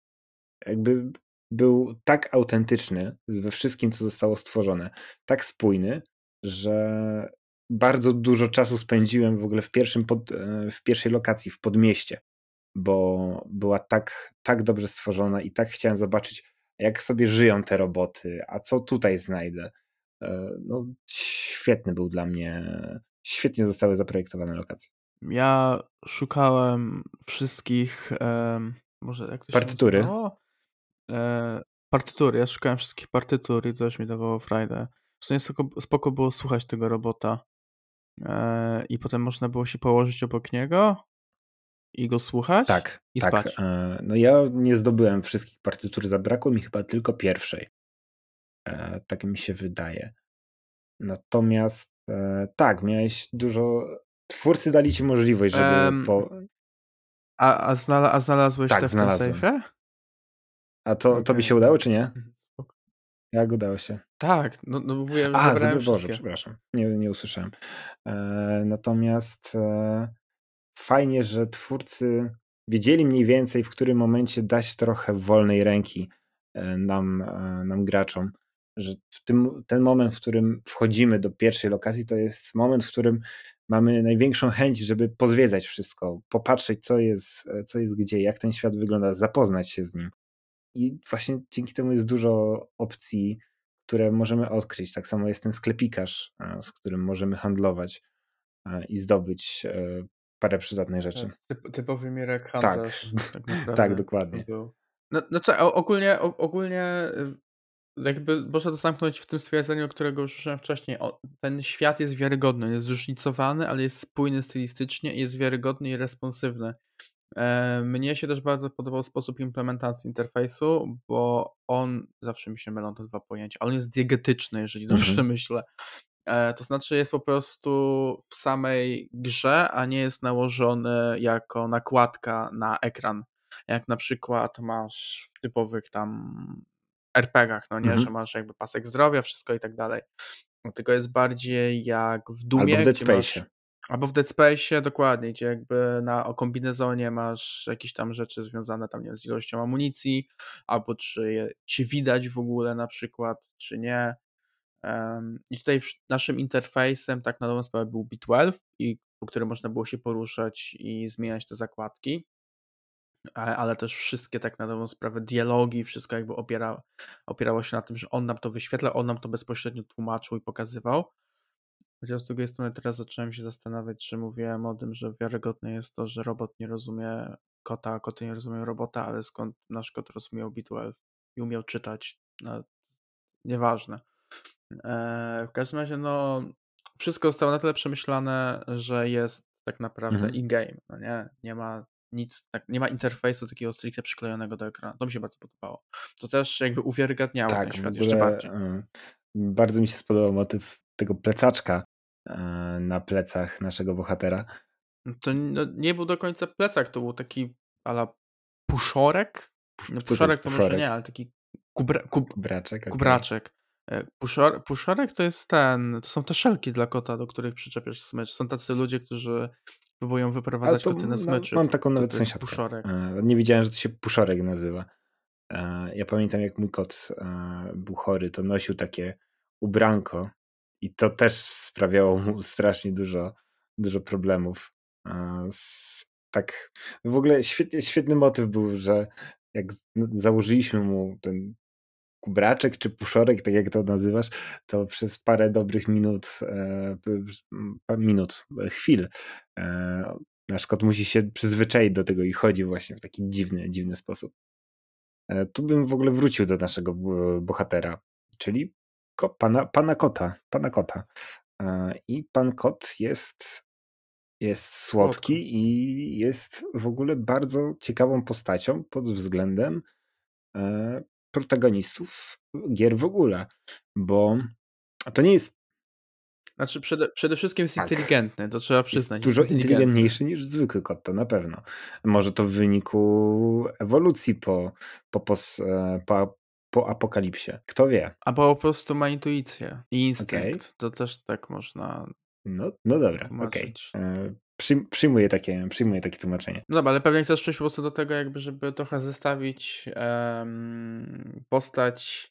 Jakby był tak autentyczny we wszystkim, co zostało stworzone, tak spójny, że bardzo dużo czasu spędziłem w ogóle w, pierwszym pod, e, w pierwszej lokacji, w Podmieście. bo była tak, tak dobrze stworzona i tak chciałem zobaczyć, jak sobie żyją te roboty, a co tutaj znajdę. No, świetny był dla mnie, świetnie zostały zaprojektowane lokacje. Ja szukałem wszystkich, em, może jak to się Partytury. nazywało? E, partytury. Ja szukałem wszystkich partytur i to też mi dawało frajdę. Zresztą spoko, spoko było słuchać tego robota. E, I potem można było się położyć obok niego i go słuchać Tak, i tak. spać. E, No ja nie zdobyłem wszystkich partytur, zabrakło mi chyba tylko pierwszej. E, Tak mi się wydaje. Natomiast e, tak, miałeś dużo. Twórcy dali ci możliwość, żeby Em, po. a, a, znala, a znalazłeś Tak, te w tym znalazłem. sejfie? A to tobie Okej, się udało, no. czy nie? Mhm, spoko. Jak udało się? Tak, no, no mówiłem, że A, zabrałem zobacz, Boże, wszystkie. przepraszam. Nie, nie usłyszałem. E, natomiast e, fajnie, że twórcy wiedzieli mniej więcej, w którym momencie dać trochę wolnej ręki e, nam, e, nam graczom. Że w tym, ten moment, w którym wchodzimy do pierwszej lokacji, to jest moment, w którym mamy największą chęć, żeby pozwiedzać wszystko, popatrzeć, co jest, e, co jest gdzie, jak ten świat wygląda, zapoznać się z nim. I właśnie dzięki temu jest dużo opcji, które możemy odkryć. Tak samo jest ten sklepikarz, e, z którym możemy handlować e, i zdobyć e, parę przydatnych rzeczy. Typ, typowy Mirek Tak, handlarz, tak tak, naprawdę to dokładnie. był. No, no co, o- ogólnie, o- ogólnie y, jakby można to zamknąć w tym stwierdzeniu, którego już użyłem wcześniej. O, ten świat jest wiarygodny, jest zróżnicowany, ale jest spójny stylistycznie i jest wiarygodny i responsywny. E, Mnie się też bardzo podobał sposób implementacji interfejsu, bo on, zawsze mi się mylą te dwa pojęcia, ale on jest diegetyczny, jeżeli dobrze Mhm. myślę. E, To znaczy jest po prostu w samej grze, a nie jest nałożony jako nakładka na ekran. Jak na przykład masz w typowych tam er pe gach, no nie, że Mhm. masz jakby pasek zdrowia, wszystko i tak dalej. No, tylko jest bardziej jak w Albo w Doomie, Dead gdzie masz, Space'ie. albo w Dead Space'ie dokładnie, gdzie jakby na o kombinezonie masz jakieś tam rzeczy związane tam, nie wiem, z ilością amunicji, albo czy, je, czy widać w ogóle na przykład, czy nie. Um, I tutaj w- naszym interfejsem tak na dobrą sprawę był B dwanaście, i, po którym można było się poruszać i zmieniać te zakładki, a- ale też wszystkie tak na dobrą sprawę dialogi, wszystko jakby opiera, opierało się na tym, że on nam to wyświetla, on nam to bezpośrednio tłumaczył i pokazywał. Chociaż z drugiej strony teraz zacząłem się zastanawiać, czy mówiłem o tym, że wiarygodne jest to, że robot nie rozumie kota, a koty nie rozumieją robota, ale skąd nasz kot rozumiał B dwanaście i umiał czytać, no, nieważne. E, w każdym razie, no, wszystko zostało na tyle przemyślane, że jest tak naprawdę Mhm. in-game, no nie? Nie ma nic, tak, nie ma interfejsu takiego stricte przyklejonego do ekranu. To mi się bardzo podobało. To też jakby uwiarygadniało ten Tak, w świat jeszcze ogóle bardziej. e, bardzo mi się spodobał motyw tego plecaczka e, na plecach naszego bohatera. To no, nie był do końca plecak, to był taki ala puszorek. No Co to jest puszorek to może puszorek? nie, ale taki kubra, kub, Kubraczek, okej. kubraczek. E, Puszor, puszorek to jest ten, to są te szelki dla kota, do których przyczepiasz smycz. Są tacy ludzie, którzy próbują Ale wyprowadzać to koty na no, smyczy. mam taką To, nawet to jest sąsiadkę. puszorek. E, Nie wiedziałem, że to się puszorek nazywa. E, Ja pamiętam, jak mój kot e, był chory, to nosił takie ubranko i to też sprawiało mu strasznie dużo, dużo problemów. E, z- Tak, w ogóle świetny, świetny motyw był, że jak z- no, założyliśmy mu ten kubraczek czy puszorek, tak jak to nazywasz, to przez parę dobrych minut, e, p- p- minut, e, chwil, e, nasz kot musi się przyzwyczaić do tego i chodzi właśnie w taki dziwny, dziwny sposób. E, Tu bym w ogóle wrócił do naszego b- bohatera, czyli ko, pana, pana kota. Pana kota. E, I pan kot jest, jest Słodko. słodki i jest w ogóle bardzo ciekawą postacią pod względem e, protagonistów gier w ogóle, bo to nie jest Znaczy przede, przede wszystkim jest tak. inteligentny, to trzeba Jest przyznać, jest dużo inteligentny. inteligentniejszy niż zwykły kot, to na pewno. Może to w wyniku ewolucji po, po, pos, e, po, po apokalipsie. Kto wie? Albo po prostu ma intuicję i Okej. instynkt. To też tak można No, no dobra, okej. tłumaczyć. E, Przyjm, przyjmuję takie, przyjmuję takie tłumaczenie. No dobra, ale pewnie chcesz przejść po prostu do tego, jakby, żeby trochę zestawić em, postać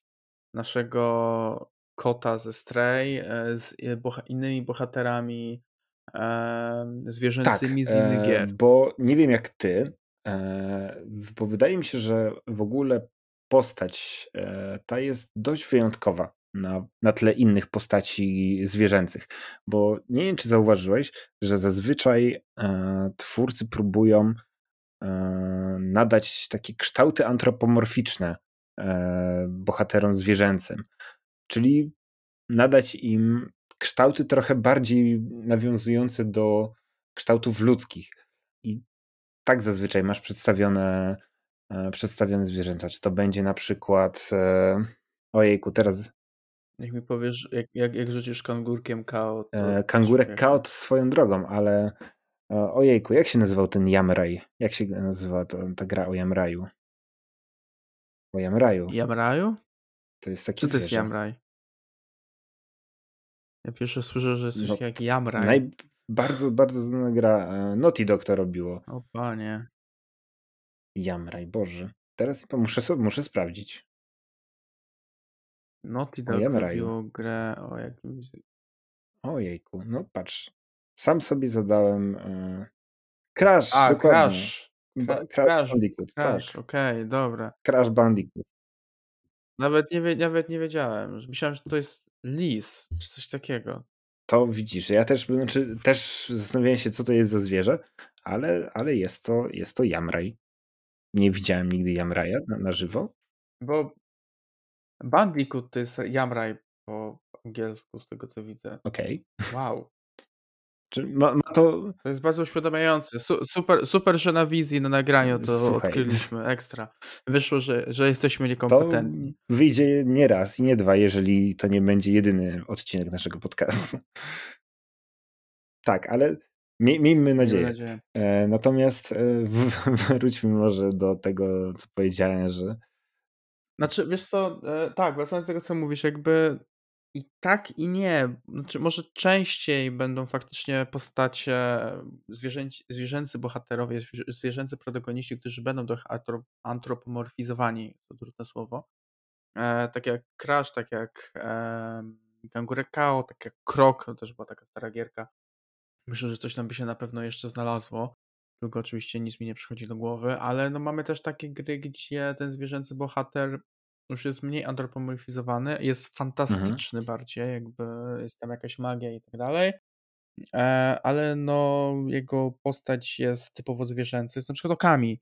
naszego kota ze Stray e, z e, boha- innymi bohaterami em, Tak, zwierzęcymi z innych e, gier. bo nie wiem jak ty, Eee, w bo wydaje mi się, że w ogóle postać, eee, ta jest dość wyjątkowa na na tle innych postaci zwierzęcych. Bo nie wiem, czy zauważyłeś, że zazwyczaj, eee, twórcy próbują, eee, nadać takie kształty antropomorficzne, eee, bohaterom zwierzęcym. Czyli nadać im kształty trochę bardziej nawiązujące do kształtów ludzkich. I tak zazwyczaj masz przedstawione, e, przedstawione zwierzęta. Czy to będzie na przykład, e, ojejku, teraz Jak mi powiesz, jak, jak, jak rzucisz kangurkiem K O, to, e, to ci kangurek uwierzę. Kaut swoją drogą, ale e, ojejku, jak się nazywał ten Jamraj? Jak się nazywa to, ta gra o Jamraju? O Jamraju. Jamraju? To jest takie Co to jest zwierzę. Jamraj? Ja pierwsze słyszę, że jest coś No, takiego jak Jamraj. naj, bardzo, bardzo znana gra. e, Naughty Dog to robiło. O panie. Jamraj, Boże. Teraz chyba muszę, sobie, muszę sprawdzić. Naughty O Dog Jamraju. robiło grę o jakimś... Ojejku, no patrz. Sam sobie zadałem. E, Crash, A, dokładnie. Crash. Ba- Cra- Crash Crash, Bandicoot, Crash, tak. okej, dobra. Crash Bandicoot. Nawet nie, wie, nawet nie wiedziałem. Myślałem, że to jest lis, czy coś takiego. To widzisz, ja też, znaczy, też zastanawiałem się, co to jest za zwierzę, ale, ale jest to, jest to jamraj. Nie widziałem nigdy jamraja na, na żywo. Bo Bandicoot to jest Jamraj po angielsku, z tego co widzę. Okej. Wow. Czy ma, ma to. To jest bardzo uświadamiające. Su super, super, że na wizji, na nagraniu to Słuchaj, odkryliśmy. Ekstra. Wyszło, że, że jesteśmy to niekompetentni. wyjdzie nie raz i nie dwa, jeżeli to nie będzie jedyny odcinek naszego podcastu. Tak, ale mie, miejmy Miejmy nadzieję. nadzieję. E, natomiast e, wróćmy może do tego, co powiedziałem, że Znaczy, wiesz co, e, tak, wracając do tego, co mówisz, jakby i tak, i nie. Znaczy, może częściej będą faktycznie postacie zwierzęci, zwierzęcy bohaterowie, zwierzę- zwierzęcy protagoniści, którzy będą trochę antro- antropomorfizowani, to trudne słowo. E, tak jak Crash, tak jak e, Kangurek Kao, tak jak Krok, to też była taka stara gierka. Myślę, że coś tam by się na pewno jeszcze znalazło. Tylko oczywiście nic mi nie przychodzi do głowy, ale no mamy też takie gry, gdzie ten zwierzęcy bohater już jest mniej antropomorfizowany, jest mhm. fantastyczny bardziej, jakby jest tam jakaś magia i tak dalej, e, ale no jego postać jest typowo zwierzęca. Jest na przykład Okami,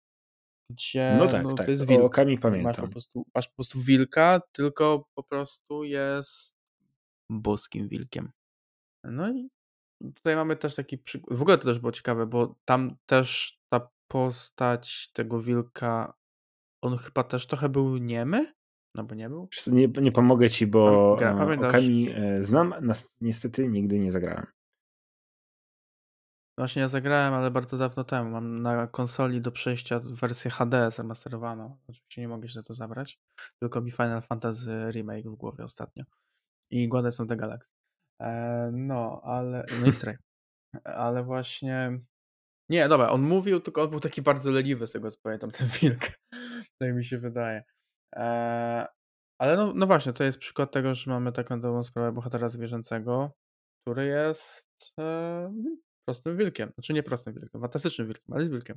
No gdzie tak, no to tak. jest O wilk. Okami I masz po pamiętam. prostu, masz po prostu wilka, tylko po prostu jest boskim wilkiem. No i tutaj mamy też taki przykład. W ogóle to też było ciekawe, bo tam też ta postać tego wilka, on chyba też trochę był niemy? No bo nie był? Wiesz co, Nie, nie pomogę ci, Pam- bo gra, e, pamiętasz? Okami e, znam, nas, niestety nigdy nie zagrałem. Właśnie ja zagrałem, ale bardzo dawno temu. Mam na konsoli do przejścia wersję H D zremasterowaną. Oczywiście nie mogę się za to zabrać. Tylko mi Final Fantasy Remake w głowie ostatnio. I Guardians of the Galaxy. E, no, ale... No i Stray. Ale właśnie... Nie, dobra, on mówił, tylko on był taki bardzo leniwy, z tego co pamiętam, ten wilk. Tak mi się wydaje. Eee, ale no, no właśnie, to jest przykład tego, że mamy taką dobrą sprawę bohatera zwierzęcego, który jest e, prostym wilkiem. Znaczy nie prostym wilkiem, fantastycznym wilkiem, ale jest wilkiem.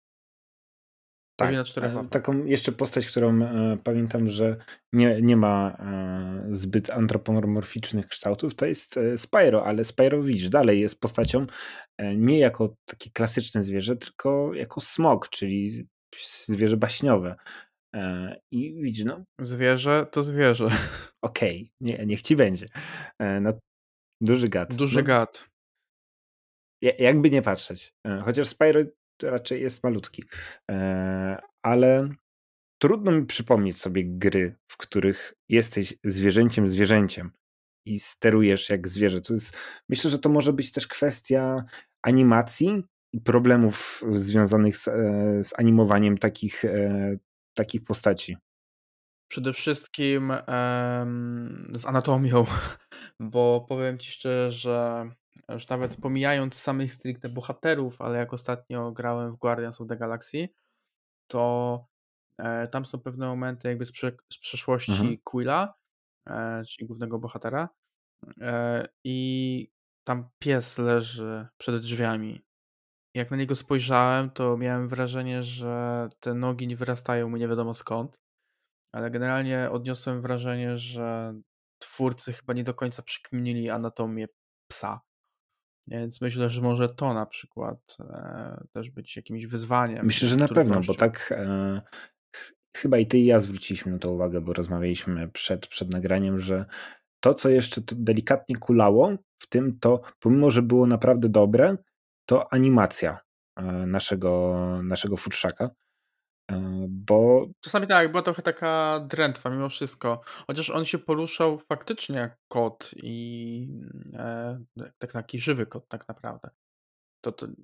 Chodzi Tak. na czterech e, łapach. Taką jeszcze postać, którą e, pamiętam, że nie, nie ma e, zbyt antropomorficznych kształtów, to jest e, Spyro, ale Spyro widzisz, dalej jest postacią e, nie jako takie klasyczne zwierzę, tylko jako smok, czyli zwierzę baśniowe. E, I widzisz, no Zwierzę to zwierzę. okej, nie, niech ci będzie. E, no, duży gad. Duży No, gad. Ja- jakby nie patrzeć. E, Chociaż Spyro to raczej jest malutki. E, Ale trudno mi przypomnieć sobie gry, w których jesteś zwierzęciem zwierzęciem i sterujesz jak zwierzę. To jest, myślę, że to może być też kwestia animacji i problemów związanych z, e, z animowaniem takich, e, takich postaci. Przede wszystkim em, z anatomią, bo powiem ci szczerze, że już nawet pomijając samych stricte bohaterów, ale jak ostatnio grałem w Guardians of the Galaxy, to e, tam są pewne momenty jakby z, prze, z Mhm. przeszłości Quilla, e, czyli głównego bohatera, e, i tam pies leży przed drzwiami jak na niego spojrzałem, to miałem wrażenie, że te nogi nie wyrastają mu nie wiadomo skąd, ale generalnie odniosłem wrażenie, że twórcy chyba nie do końca przekminili anatomię psa. Więc myślę, że może to na przykład e, też być jakimś wyzwaniem Myślę, że i na pewno, bo trudnością. tak e, ch- chyba i ty i ja zwróciliśmy na to uwagę, bo rozmawialiśmy przed, przed nagraniem, że to, co jeszcze to delikatnie kulało w tym, to pomimo, że było naprawdę dobre, to animacja e, naszego, naszego futrzaka, e, bo Czasami tak, była trochę taka drętwa mimo wszystko. Chociaż on się poruszał faktycznie jak kot i e, tak taki żywy kot tak naprawdę. To, to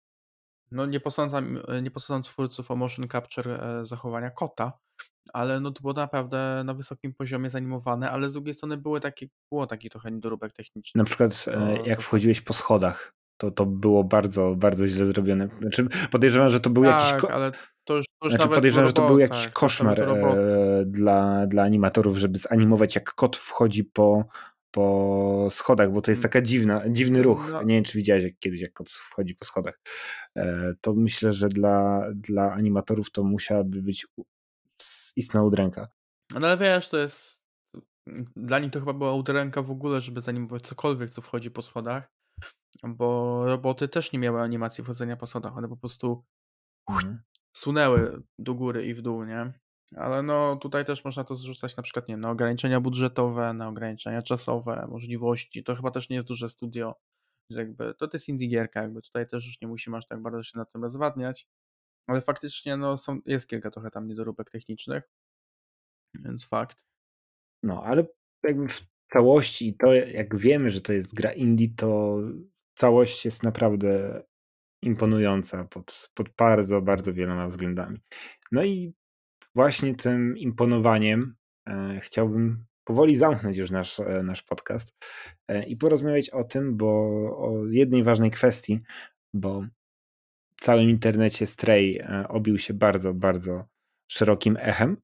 no nie posądzam, nie posądzam twórców o motion capture e, zachowania kota, ale no to było naprawdę na wysokim poziomie zanimowane, ale z drugiej strony były takie, było taki trochę niedoróbek techniczny. na przykład e, To, jak to fakt. wchodziłeś po schodach, to, to było bardzo, bardzo źle zrobione. Znaczy, podejrzewam, że to był jakiś Tak, ko- ale to już, to już Znaczy nawet u podejrzewam, że to był robota, jakiś tak, to już nawet koszmar u robota. e, dla, dla animatorów, żeby zanimować jak kot wchodzi po, po schodach, bo to jest taka dziwna, dziwny ruch. No, Nie wiem, czy widziałeś jak kiedyś, jak kot wchodzi po schodach. E, to myślę, że dla, dla animatorów to musiałaby być u- s- istna udręka. no ale wiesz, to jest. Dla nich to chyba była udręka w ogóle, żeby zanimować cokolwiek, co wchodzi po schodach, bo roboty też nie miały animacji wchodzenia po schodach. One po prostu Mhm. sunęły do góry i w dół, nie? Ale no tutaj też można to zrzucać na przykład, nie wiem, na ograniczenia budżetowe, na ograniczenia czasowe, możliwości. To chyba też nie jest duże studio, że jakby to, to jest indie gierka, jakby tutaj też już nie musimy aż tak bardzo się nad tym rozwadniać, ale faktycznie no są, jest kilka trochę tam niedoróbek technicznych, więc fakt. No, ale jakby w całości i to jak wiemy, że to jest gra indie, to całość jest naprawdę imponująca pod, pod bardzo, bardzo wieloma względami. No i właśnie tym imponowaniem e, chciałbym powoli zamknąć już nasz, e, nasz podcast e, i porozmawiać o tym, bo o jednej ważnej kwestii, bo w całym internecie Stray e, obił się bardzo, bardzo szerokim echem.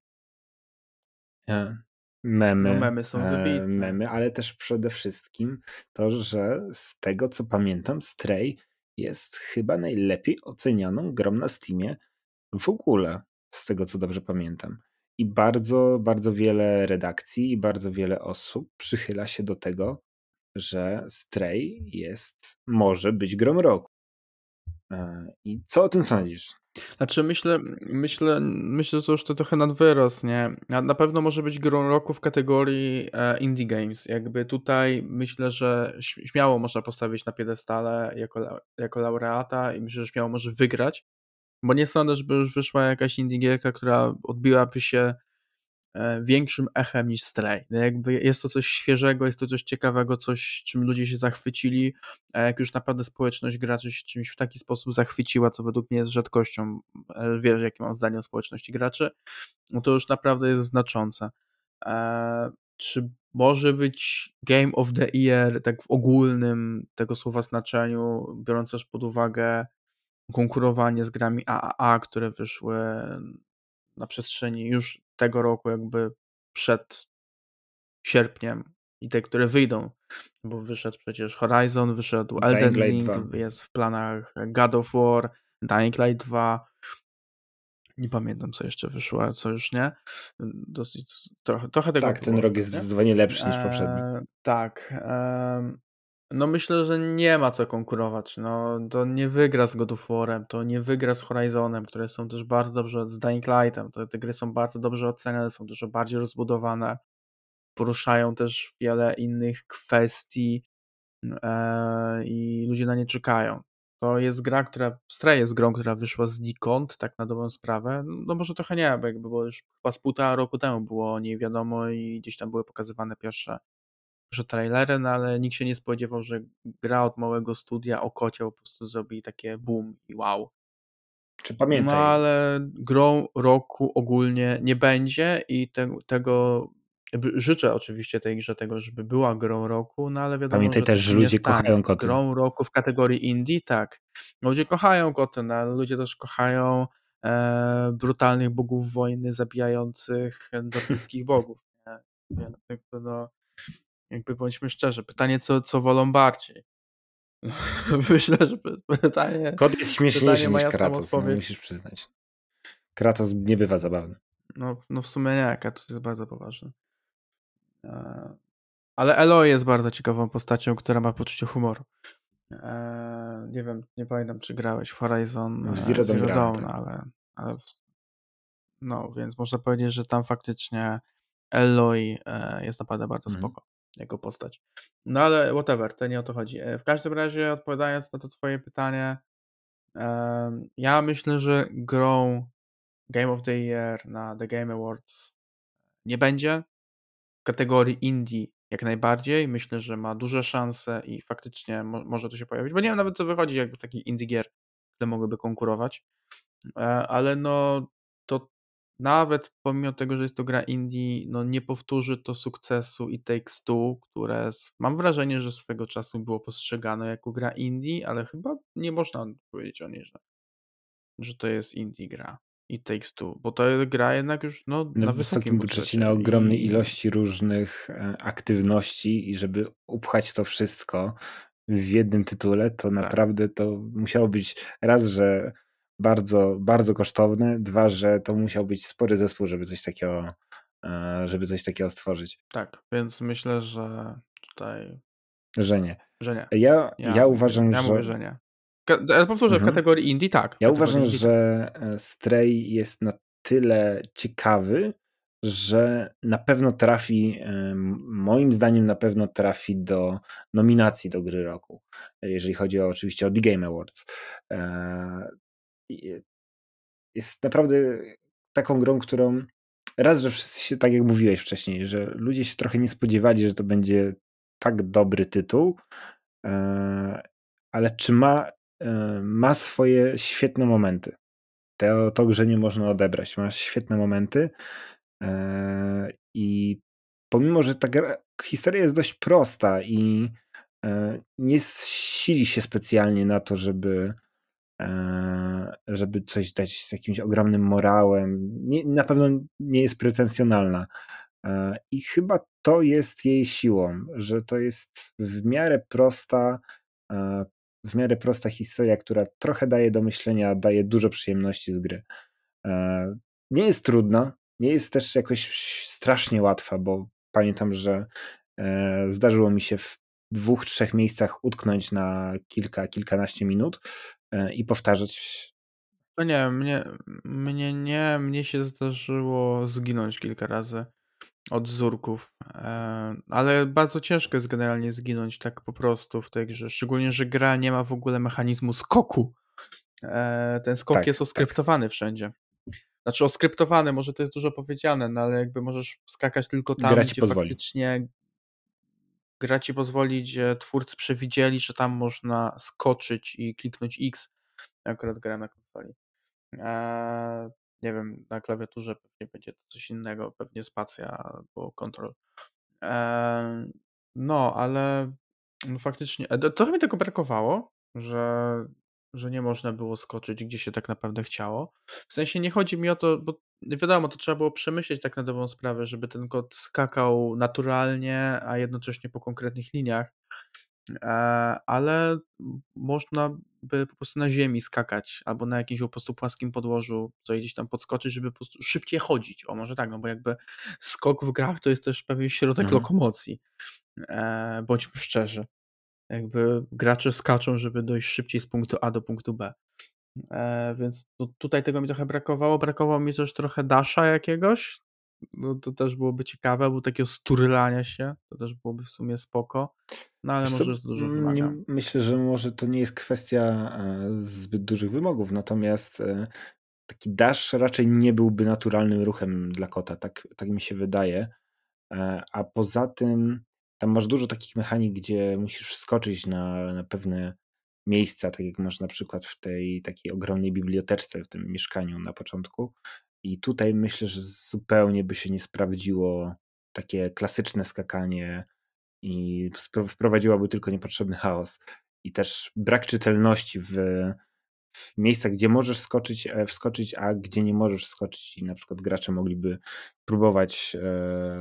E, No Memy, memy są e, wybitne. memy, ale też przede wszystkim to, że z tego co pamiętam, Stray jest chyba najlepiej ocenianą grą na Steamie w ogóle, z tego co dobrze pamiętam. I bardzo, bardzo wiele redakcji i bardzo wiele osób przychyla się do tego, że Stray jest, może być grą roku. E, I co o tym sądzisz? Znaczy myślę, myślę, myślę, że to już to trochę nad wyrost, nie? Na, na pewno może być grą roku w kategorii e, Indie Games. Jakby tutaj myślę, że ś- śmiało można postawić na piedestale jako, lau- jako laureata i myślę, że śmiało może wygrać, bo nie sądzę, żeby już wyszła jakaś indie gierka, która odbiłaby się e, większym echem niż Stray. No jakby jest to coś świeżego, jest to coś ciekawego, coś, czym ludzie się zachwycili, a jak już naprawdę społeczność graczy się czymś w taki sposób zachwyciła, co według mnie jest rzadkością, e, wiesz, jakie mam zdanie o społeczności graczy, no to już naprawdę jest znaczące. E, czy może być Game of the Year, tak w ogólnym tego słowa znaczeniu, biorąc też pod uwagę konkurowanie z grami A A A, które wyszły na przestrzeni już tego roku, jakby przed sierpniem i te, które wyjdą, bo wyszedł przecież Horizon, wyszedł Dying Elden Light Ring, dwa. jest w planach God of War, Dying Light dwa, nie pamiętam co jeszcze wyszło, a co już nie. Dosyć, trochę, trochę tego Tak, ten było rok jest ostatnio. zdecydowanie lepszy niż poprzedni. Eee, tak. em, no myślę, że nie ma co konkurować. No, to nie wygra z God of War'em, to nie wygra z Horizonem, które są też bardzo dobrze, z Dying Lightem. To, te gry są bardzo dobrze oceniane, są dużo bardziej rozbudowane, poruszają też wiele innych kwestii e, i ludzie na nie czekają. To jest gra, która, Stray jest grą, która wyszła znikąd, tak na dobrą sprawę. No może trochę nie, bo jakby było już chyba z półtora roku temu było o niej wiadomo i gdzieś tam były pokazywane pierwsze, pierwsze trailery, no ale nikt się nie spodziewał, że gra od małego studia o kocie po prostu zrobi takie boom i wow. Czy No pamiętaj, ale grą roku ogólnie nie będzie i te, tego jakby życzę oczywiście tej grze tego, żeby była grą roku, no ale wiadomo, pamiętaj że to też, że się nie ludzie stanie. kochają koty. Grą roku w kategorii indie, tak. Ludzie kochają koty, no ale ludzie też kochają e, brutalnych bogów wojny zabijających nordyckich bogów. Nie? Więc jakby, no, jakby bądźmy szczerzy. Pytanie, co, co wolą bardziej. Myślę, że py pytanie Kod jest pytanie śmieszniejszy ma niż jasną Kratos, no odpowiedź. musisz przyznać. Kratos nie bywa zabawny. No no w sumie nie, Kratos jest bardzo poważny. Eee, ale Eloy jest bardzo ciekawą postacią, która ma poczucie humoru. Eee, nie wiem, nie pamiętam czy grałeś w Horizon W Zero Dawn Zero grałem, Dawn, tak. ale ale w no, więc można powiedzieć, że tam faktycznie Eloy, e, jest naprawdę bardzo Mhm. spoko, jego postać. No ale whatever, to nie o to chodzi. E, w każdym razie odpowiadając na to twoje pytanie, em, ja myślę, że grą Game of the Year na The Game Awards nie będzie. W kategorii indie jak najbardziej. Myślę, że ma duże szanse i faktycznie mo może to się pojawić, bo nie wiem nawet co wychodzi jakby z takich indie gier, które mogłyby konkurować. E, ale no to nawet pomimo tego, że jest to gra indie, no nie powtórzy to sukcesu It Takes Two, które s mam wrażenie, że swego czasu było postrzegane jako gra indie, ale chyba nie można powiedzieć o niej, że że to jest indie gra It Takes Two, bo to gra jednak już no Na na wysokim wysokim budżecie, budżecie na ogromnej i ilości różnych, e, aktywności i żeby upchać to wszystko w jednym tytule, to tak. naprawdę to musiało być raz, że bardzo, bardzo kosztowne, dwa, że to musiał być spory zespół, żeby coś takiego, e, żeby coś takiego stworzyć. Tak, więc myślę, że tutaj Że nie. że nie. Ja Ja ja mówię uważam, ja mówię, że że nie. Ka ale powtórzę, w Mhm. kategorii indie tak, w Ja kategorii uważam, indie tak. że, e, Stray jest na tyle ciekawy, że na pewno trafi, em, moim zdaniem na pewno trafi do nominacji do gry roku, jeżeli chodzi o oczywiście o The Game Awards. Eee, i jest naprawdę taką grą, którą raz, że wszyscy się, tak jak mówiłeś wcześniej, że ludzie się trochę nie spodziewali, że to będzie tak dobry tytuł, eee, ale czy ma, e, ma swoje świetne momenty. To, to grze nie można odebrać. Masz świetne momenty e, i pomimo, że ta gra, historia jest dość prosta i e, nie sili się specjalnie na to, żeby e, żeby coś dać z jakimś ogromnym morałem. Nie, na pewno nie jest pretensjonalna. E, I chyba to jest jej siłą, że to jest w miarę prosta, e, w miarę prosta historia, która trochę daje do myślenia, daje dużo przyjemności z gry. E, Nie jest trudna, nie jest też jakoś strasznie łatwa, bo pamiętam, że e, zdarzyło mi się w dwóch, trzech miejscach utknąć na kilka, kilkanaście minut e, i powtarzać. No nie, mnie mnie nie, mnie się zdarzyło zginąć kilka razy od zurków, eee, ale bardzo ciężko jest generalnie zginąć tak po prostu w tej grze, szczególnie, że gra nie ma w ogóle mechanizmu skoku. Eee, ten skok jest Tak, tak. oskryptowany wszędzie. Znaczy oskryptowany, może to jest dużo powiedziane, no ale jakby możesz skakać tylko Gra tam, ci gdzie pozwoli. faktycznie gra ci pozwoli, gdzie twórcy przewidzieli, że tam można skoczyć i kliknąć X. Akurat gra na konsoli. Eee, nie wiem, na klawiaturze pewnie będzie to coś innego, pewnie spacja albo kontrol. Eee, no, ale no faktycznie, e, to trochę mi tego brakowało, że, że nie można było skoczyć, gdzie się tak naprawdę chciało. W sensie nie chodzi mi o to, bo wiadomo, to trzeba było przemyśleć tak na dobrą sprawę, żeby ten kod skakał naturalnie, a jednocześnie po konkretnych liniach. Eee, ale można by po prostu na ziemi skakać albo na jakimś po prostu płaskim podłożu, co gdzieś tam podskoczyć, żeby po prostu szybciej chodzić. O, może tak, no bo jakby skok w grach to jest też pewien środek Mhm. lokomocji. Eee, bądźmy szczerzy. Jakby gracze skaczą, żeby dojść szybciej z punktu A do punktu B. Eee, więc tu tutaj tego mi trochę brakowało. Brakowało mi też trochę dasha jakiegoś. No to też byłoby ciekawe, bo takiego sturlania się, to też byłoby w sumie spoko. No ale Wiesz co, może za dużo mm, nie, wymaga. myślę, że może to nie jest kwestia e, zbyt dużych wymogów, natomiast e, taki dash raczej nie byłby naturalnym ruchem dla kota, tak, tak mi się wydaje. E, A poza tym tam masz dużo takich mechanik, gdzie musisz wskoczyć na, na pewne miejsca, tak jak masz na przykład w tej takiej ogromnej biblioteczce w tym mieszkaniu na początku. I tutaj myślę, że zupełnie by się nie sprawdziło takie klasyczne skakanie i spro- wprowadziłaby tylko niepotrzebny chaos. I też brak czytelności w, w miejscach, gdzie możesz skoczyć, e, wskoczyć, a gdzie nie możesz skoczyć. I na przykład gracze mogliby próbować e,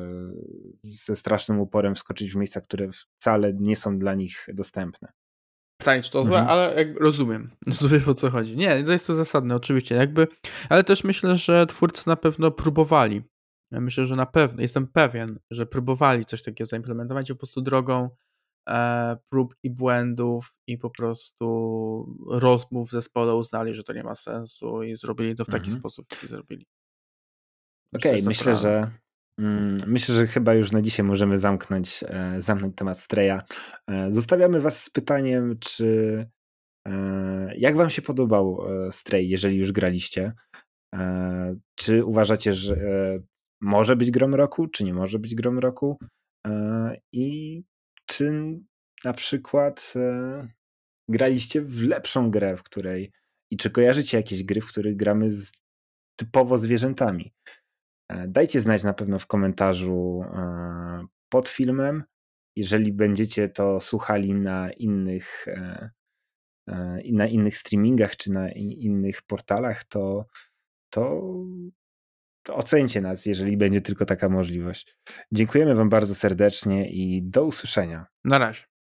ze strasznym uporem wskoczyć w miejsca, które wcale nie są dla nich dostępne. pytanie, czy to złe, Mhm. ale jakby rozumiem. Rozumiem, o co chodzi. Nie, to jest to zasadne, oczywiście, jakby, ale też myślę, że twórcy na pewno próbowali. Ja myślę, że na pewno, jestem pewien, że próbowali coś takiego zaimplementować, po prostu drogą e, prób i błędów i po prostu rozmów w zespole uznali, że to nie ma sensu i zrobili to w taki Mhm. sposób, jaki zrobili. Myślę, że Okej, jest myślę, naturalne. że mm, myślę, że chyba już na dzisiaj możemy zamknąć, e, zamknąć temat Stray. E, zostawiamy was z pytaniem, czy e, jak wam się podobał e, Stray, jeżeli już graliście? E, czy uważacie, że e, może być grom roku, czy nie może być grom roku? E, I czy na przykład e, graliście w lepszą grę, w której i czy kojarzycie jakieś gry, w których gramy z typowo zwierzętami? E, Dajcie znać na pewno w komentarzu e, pod filmem. Jeżeli będziecie to słuchali na innych, e, e, na innych streamingach czy na i- innych portalach, to, to, to ocencie nas, jeżeli będzie tylko taka możliwość. Dziękujemy wam bardzo serdecznie i do usłyszenia. Na razie.